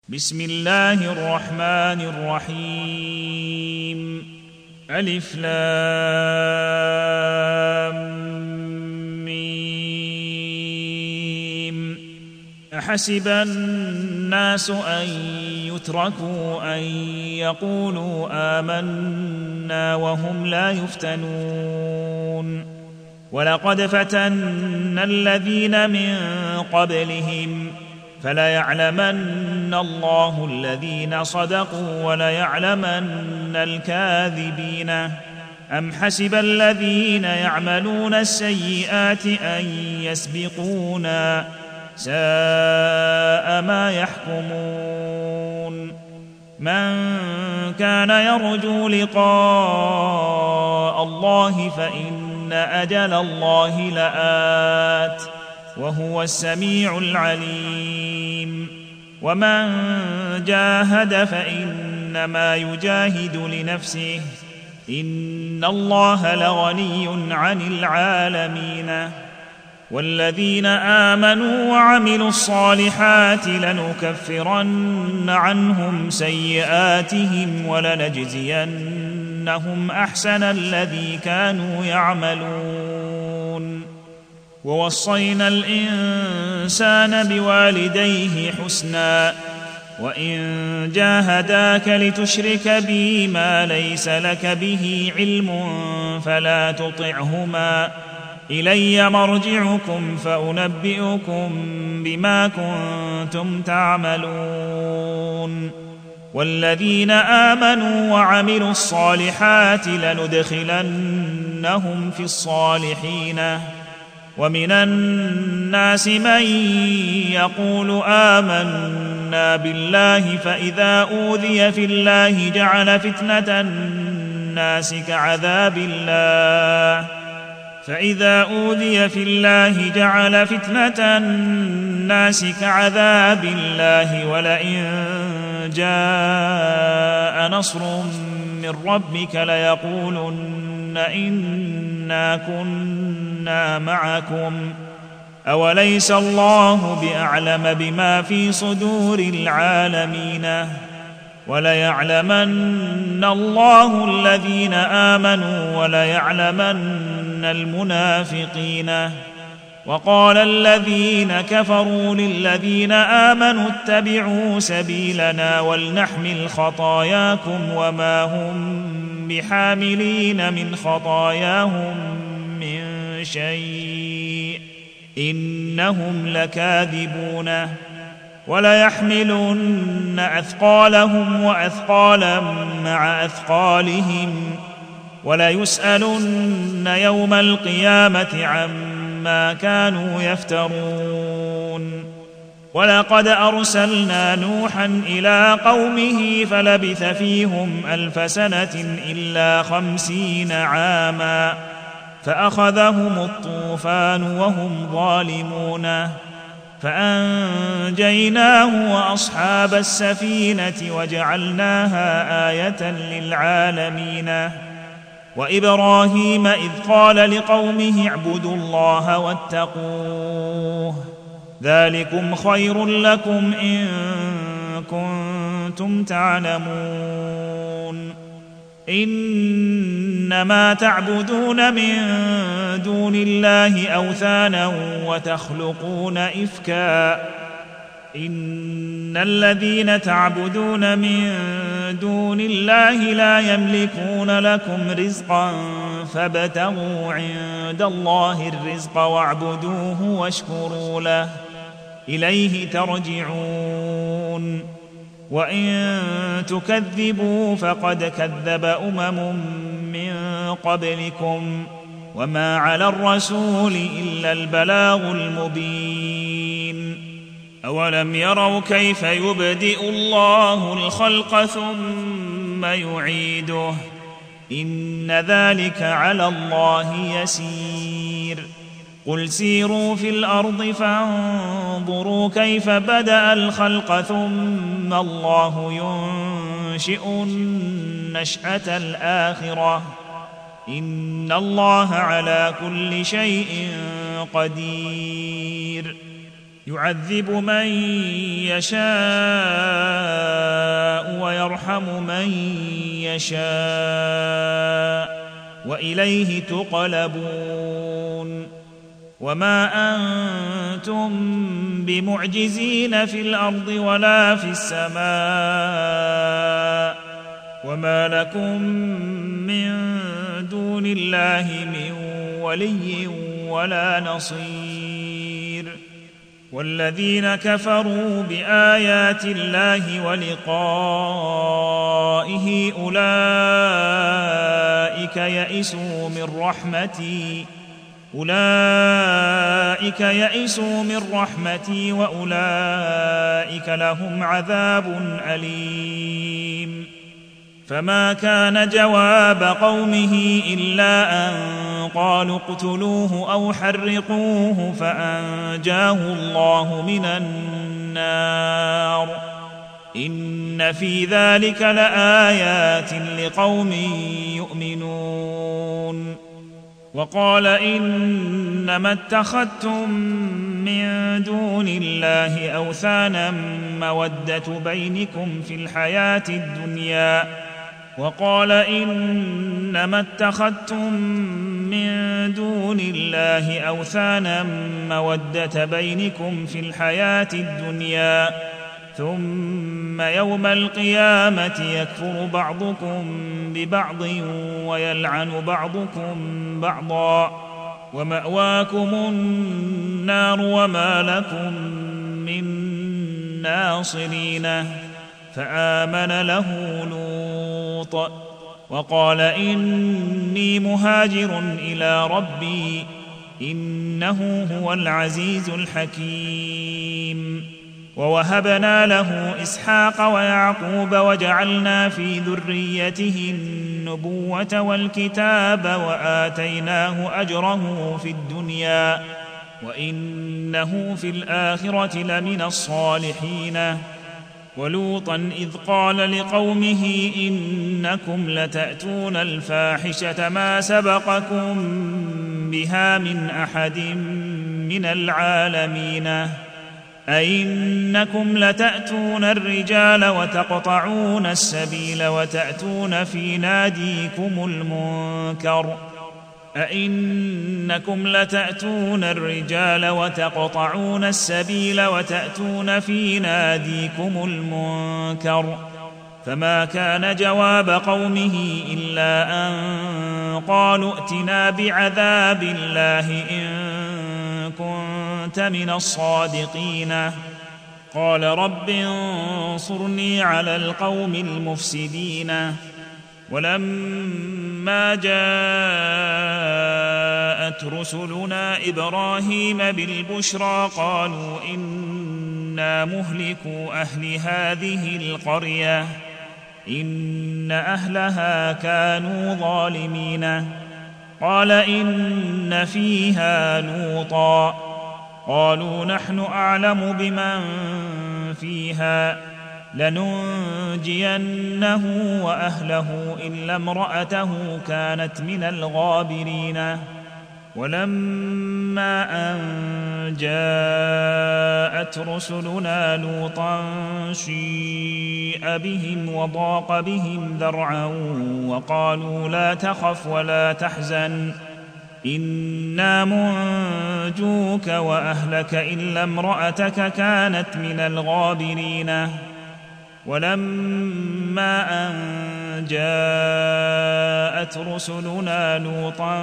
بسم الله الرحمن الرحيم ألف لام ميم أحسب الناس أن يتركوا أن يقولوا آمنا وهم لا يفتنون ولقد فتنا الذين من قبلهم فليعلمن الله الذين صدقوا وليعلمن الكاذبين أم حسب الذين يعملون السيئات أن يسبقونا ساء ما يحكمون من كان يرجو لقاء الله فإن أجل الله لآت وهو السميع العليم ومن جاهد فإنما يجاهد لنفسه إن الله لغني عن العالمين والذين آمنوا وعملوا الصالحات لنكفرن عنهم سيئاتهم ولنجزينهم أحسن الذي كانوا يعملون ووصينا الإنسان بوالديه حسنا وإن جاهداك لتشرك بي ما ليس لك به علم فلا تطعهما إلي مرجعكم فأنبئكم بما كنتم تعملون والذين آمنوا وعملوا الصالحات لندخلنهم في الصالحين ومن الناس من يقول آمنا بالله فإذا أوذي في الله جعل فتنة الناس كعذاب الله ولئن جاء نصر من ربك ليقولن إنا كنا معكم أوليس الله بأعلم بما في صدور العالمين وليعلمن الله الذين آمنوا وليعلمن المنافقين وقال الذين كفروا للذين آمنوا اتبعوا سبيلنا ولنحمل خطاياكم وما هم بحاملين من خطاياهم من شيء إنهم لكاذبون وليحملن أثقالهم وأثقالا مع أثقالهم وليسألن يوم القيامة عما كانوا يفترون ولقد أرسلنا نوحا إلى قومه فلبث فيهم 1000 سنة إلا 50 عاما فأخذهم الطوفان وهم ظالمون فأنجيناه وأصحاب السفينة وجعلناها آية للعالمين وإبراهيم إذ قال لقومه اعبدوا الله واتقوه ذلكم خير لكم إن كنتم تعلمون إنما تعبدون من دون الله أوثانا وتخلقون إفكا إن الذين تعبدون من دون الله لا يملكون لكم رزقا فابتغوا عند الله الرزق واعبدوه واشكروا له إليه ترجعون وإن تكذبوا فقد كذب من قبلكم وما على الرسول إلا البلاغ المبين أولم يروا كيف يبدئ الله الخلق ثم يعيده إن ذلك على الله يسير قل سيروا في الأرض فانظروا كيف بدأ الخلق ثم الله ينشئ النشأة الآخرة إن الله على كل شيء قدير يعذب من يشاء يشاء وإليه تقلبون وما أنتم بمعجزين في الأرض ولا في السماء وما لكم من دون الله من ولي ولا نصير والذين كفروا بآيات الله ولقائه أولئك يئسوا من رحمتي وأولئك لهم عذاب أليم فما كان جواب قومه إلا أن قالوا اقتلوه أو حرقوه فأنجاه الله من النار إن في ذلك لآيات لقوم يؤمنون وقال إنما اتخذتم من دون الله أوثانا مودة بينكم في الحياة الدنيا ثم يوم القيامة يكفر بعضكم ببعض ويلعن بعضكم بعضا ومأواكم النار وما لكم من ناصرين فآمن له لوط وقال إني مهاجر إلى ربي إنه هو العزيز الحكيم ووهبنا له إسحاق ويعقوب وجعلنا في ذريته النبوة والكتاب وآتيناه أجره في الدنيا وإنه في الآخرة لمن الصالحين ولوطا إذ قال لقومه إنكم لتأتون الفاحشة ما سبقكم بها من أحد من العالمين أئنكم لتأتون الرجال وتقطعون السبيل وتأتون في ناديكم المنكر فما كان جواب قومه إلا أن قالوا ائتنا بعذاب الله إن كنت من الصادقين قال رب انصرني على القوم المفسدين ولما جاءت رسلنا إبراهيم بالبشرى قالوا إنا مهلكو أهل هذه القرية إن أهلها كانوا ظالمين قال إن فيها لوطا قالوا نحن أعلم بمن فيها لننجينه وأهله إلا امرأته كانت من الغابرين ولما أن جاءت رسلنا لوطا سيء بهم وضاق بهم ذرعا وقالوا لا تخف ولا تحزن إنا منجوك وأهلك إلا امرأتك كانت من الغابرين ولما أن جاءت رسلنا لوطا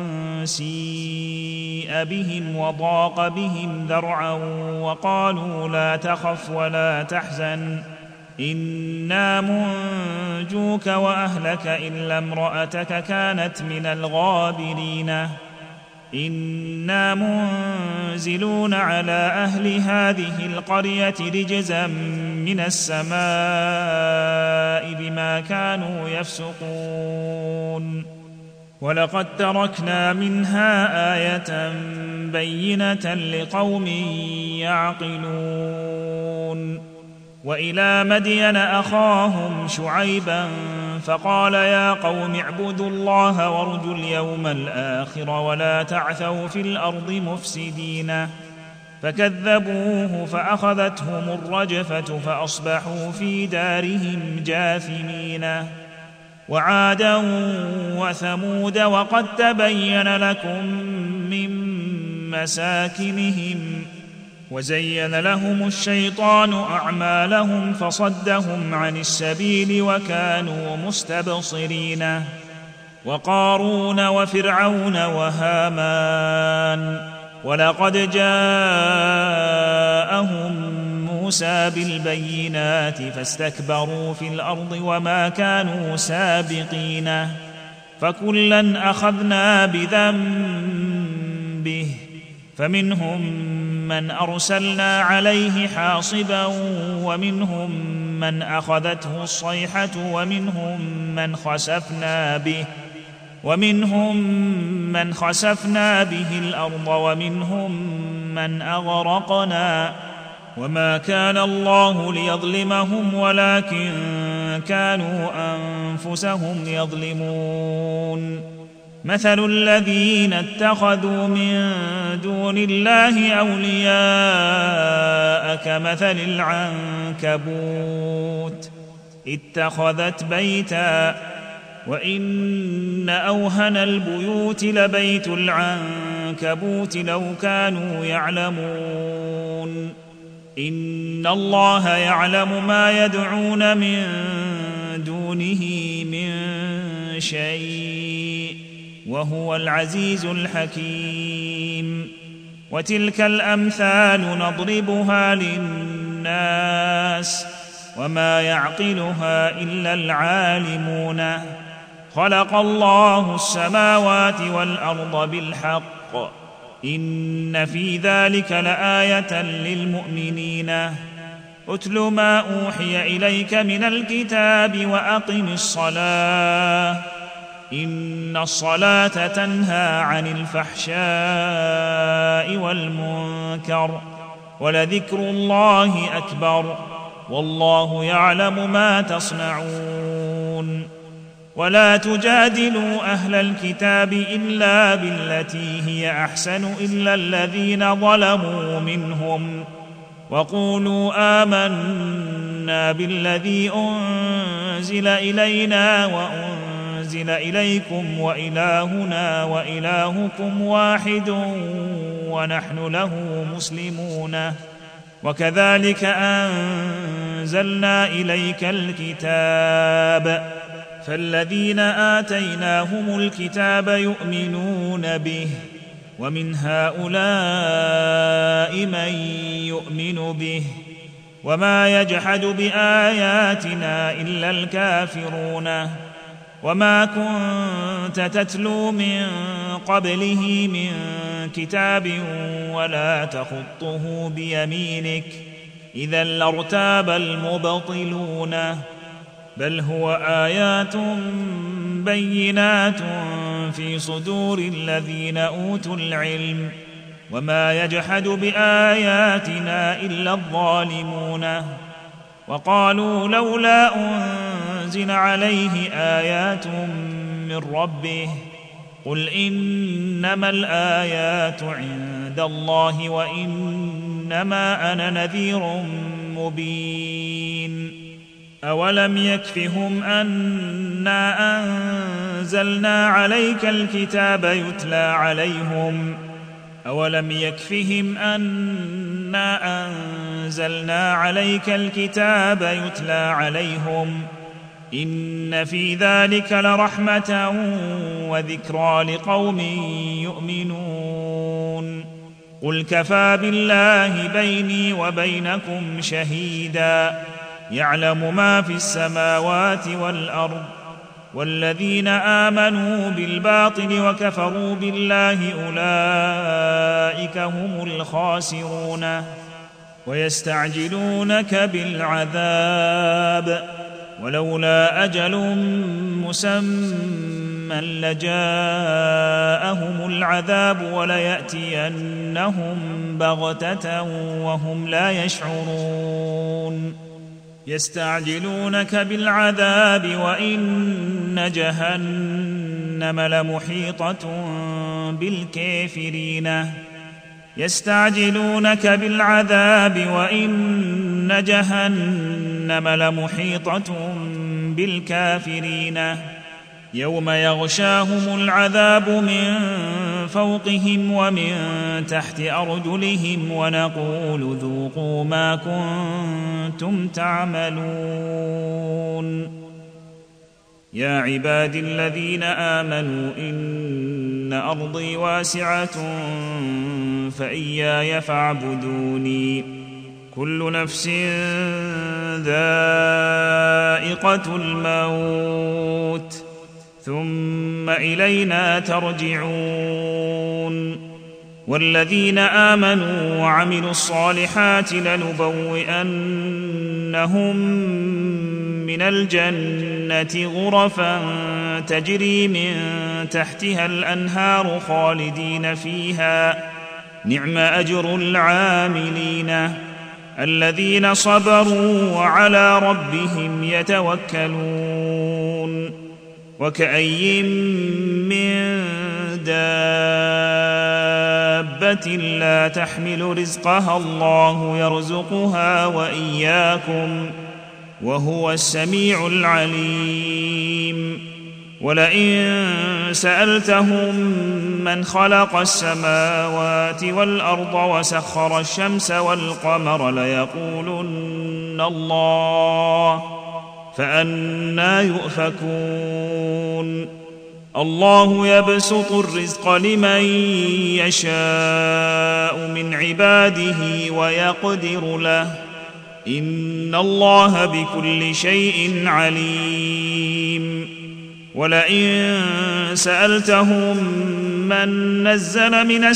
سيء بهم وضاق بهم ذرعا وقالوا لا تخف ولا تحزن إنا منجوك وأهلك إلا امرأتك كانت من الغابرين إنا منزلون على أهل هذه القرية رجزا من السماء بما كانوا يفسقون ولقد تركنا منها آية بينة لقوم يعقلون وإلى مدين أخاهم شعيبا فقال يا قوم اعبدوا الله وارجوا اليوم الآخر ولا تعثوا في الأرض مفسدين فكذبوه فأخذتهم الرجفة فأصبحوا في دارهم جاثمين وعادا وثمود وقد تبين لكم من مساكنهم وزين لهم الشيطان أعمالهم فصدهم عن السبيل وكانوا مستبصرين وقارون وفرعون وهامان ولقد جاءهم موسى بالبينات فاستكبروا في الأرض وما كانوا سابقين فكلا أخذنا بذنبه فمنهم من أرسلنا عليه حاصبا ومنهم من أخذته الصيحة ومنهم من خسفنا به الأرض ومنهم من أغرقنا وما كان الله ليظلمهم ولكن كانوا أنفسهم يظلمون مثل الذين اتخذوا من دون الله أولياء كمثل العنكبوت اتخذت بيتا وإن أوهن البيوت لبيت العنكبوت لو كانوا يعلمون إن الله يعلم ما يدعون من دونه من شيء وهو العزيز الحكيم وتلك الأمثال نضربها للناس وما يعقلها إلا العالمون خلق الله السماوات والأرض بالحق إن في ذلك لآية للمؤمنين أتل ما أوحي إليك من الكتاب وأقم الصلاة إن الصلاة تنهى عن الفحشاء والمنكر ولذكر الله أكبر والله يعلم ما تصنعون ولا تجادلوا أهل الكتاب إلا بالتي هي أحسن إلا الذين ظلموا منهم وقولوا آمنا بالذي أنزل إلينا وأنزل إليكم وإلهنا وإلهكم واحد ونحن له مسلمون وكذلك أنزلنا إليك الكتاب فالذين آتيناهم الكتاب يؤمنون به ومن هؤلاء من يؤمن به وما يجحد بآياتنا إلا الكافرون وما كنت تتلو من قبله من كتاب ولا تخطه بيمينك إذا لارتاب المبطلون بل هو آيات بينات في صدور الذين أوتوا العلم وما يجحد بآياتنا إلا الظالمون وقالوا لولا أنزل عليه آيات من ربه قل إنما الآيات عند الله وإنما أنا نذير مبين أولم يكفهم أنا أنزلنا عليك الكتاب يتلى عليهم إن في ذلك لرحمة وذكرى لقوم يؤمنون قل كفى بالله بيني وبينكم شهيدا يعلم ما في السماوات والأرض والذين آمنوا بالباطل وكفروا بالله أولئك هم الخاسرون ويستعجلونك بالعذاب ولولا أجل مسمى لجاءهم العذاب وليأتينهم بغتة وهم لا يشعرون يستعجلونك بالعذاب وإن جهنم لمحيطة بالكافرين يستعجلونك بالعذاب وإن جهنم لمحيطة بالكافرين يوم يغشاهم العذاب من فوقهم ومن تحت أرجلهم ونقول ذوقوا ما كنتم تعملون. يا عبادي الذين آمنوا إن أرضي واسعة فإياي فاعبدوني. كل نفس ذائقة الموت ثم إلينا ترجعون. والذين آمنوا وعملوا الصالحات لنبوئنهم من الجنة غرفا تجري من تحتها الأنهار خالدين فيها، نعم أجر العاملين الذين صبروا وعلى ربهم يتوكلون. وكأي من دابة لا تحمل رزقها الله يرزقها وإياكم وهو السميع العليم. ولئن سألتهم من خلق السماوات والأرض وسخر الشمس والقمر ليقولن الله، فأنى يؤفكون. الله يبسط الرزق لمن يشاء من عباده ويقدر له، إن الله بكل شيء عليم. ولئن سألتهم من نزل من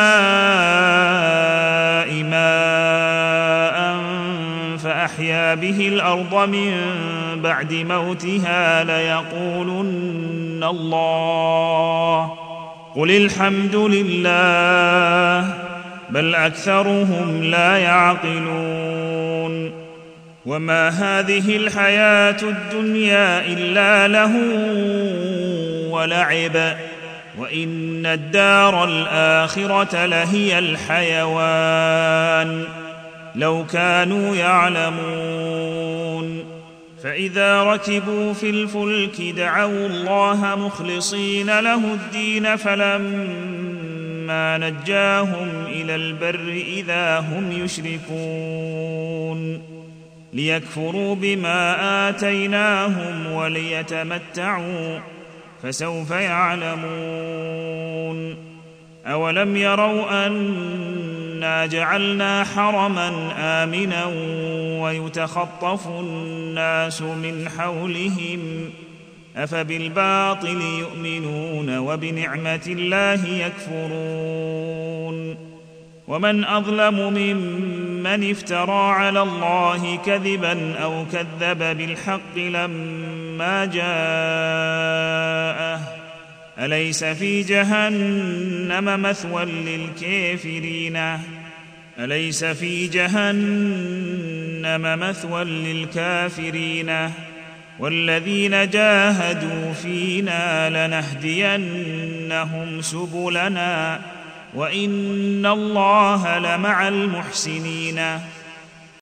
السماء ماء فأحيا به الأرض من بعد موتها ليقولن الله، قل الحمد لله بل أكثرهم لا يعقلون. وما هذه الحياة الدنيا إلا لهو ولعب، وإن الدار الآخرة لهي الحيوان لو كانوا يعلمون. فإذا ركبوا في الفلك دعوا الله مخلصين له الدين فلما نجاهم إلى البر إذا هم يشركون ليكفروا بما آتيناهم وليتمتعوا فسوف يعلمون. أولم يروا أنا جعلنا حرما آمنا ويتخطف الناس من حولهم أفبالباطل يؤمنون وبنعمة الله يكفرون. ومن أظلم ممن افترى على الله كذبا أو كذب بالحق لما جاءه أليس في جهنم مثوى للكافرين والذين جاهدوا فينا لنهدينهم سبلنا وإن الله لمع المحسنين.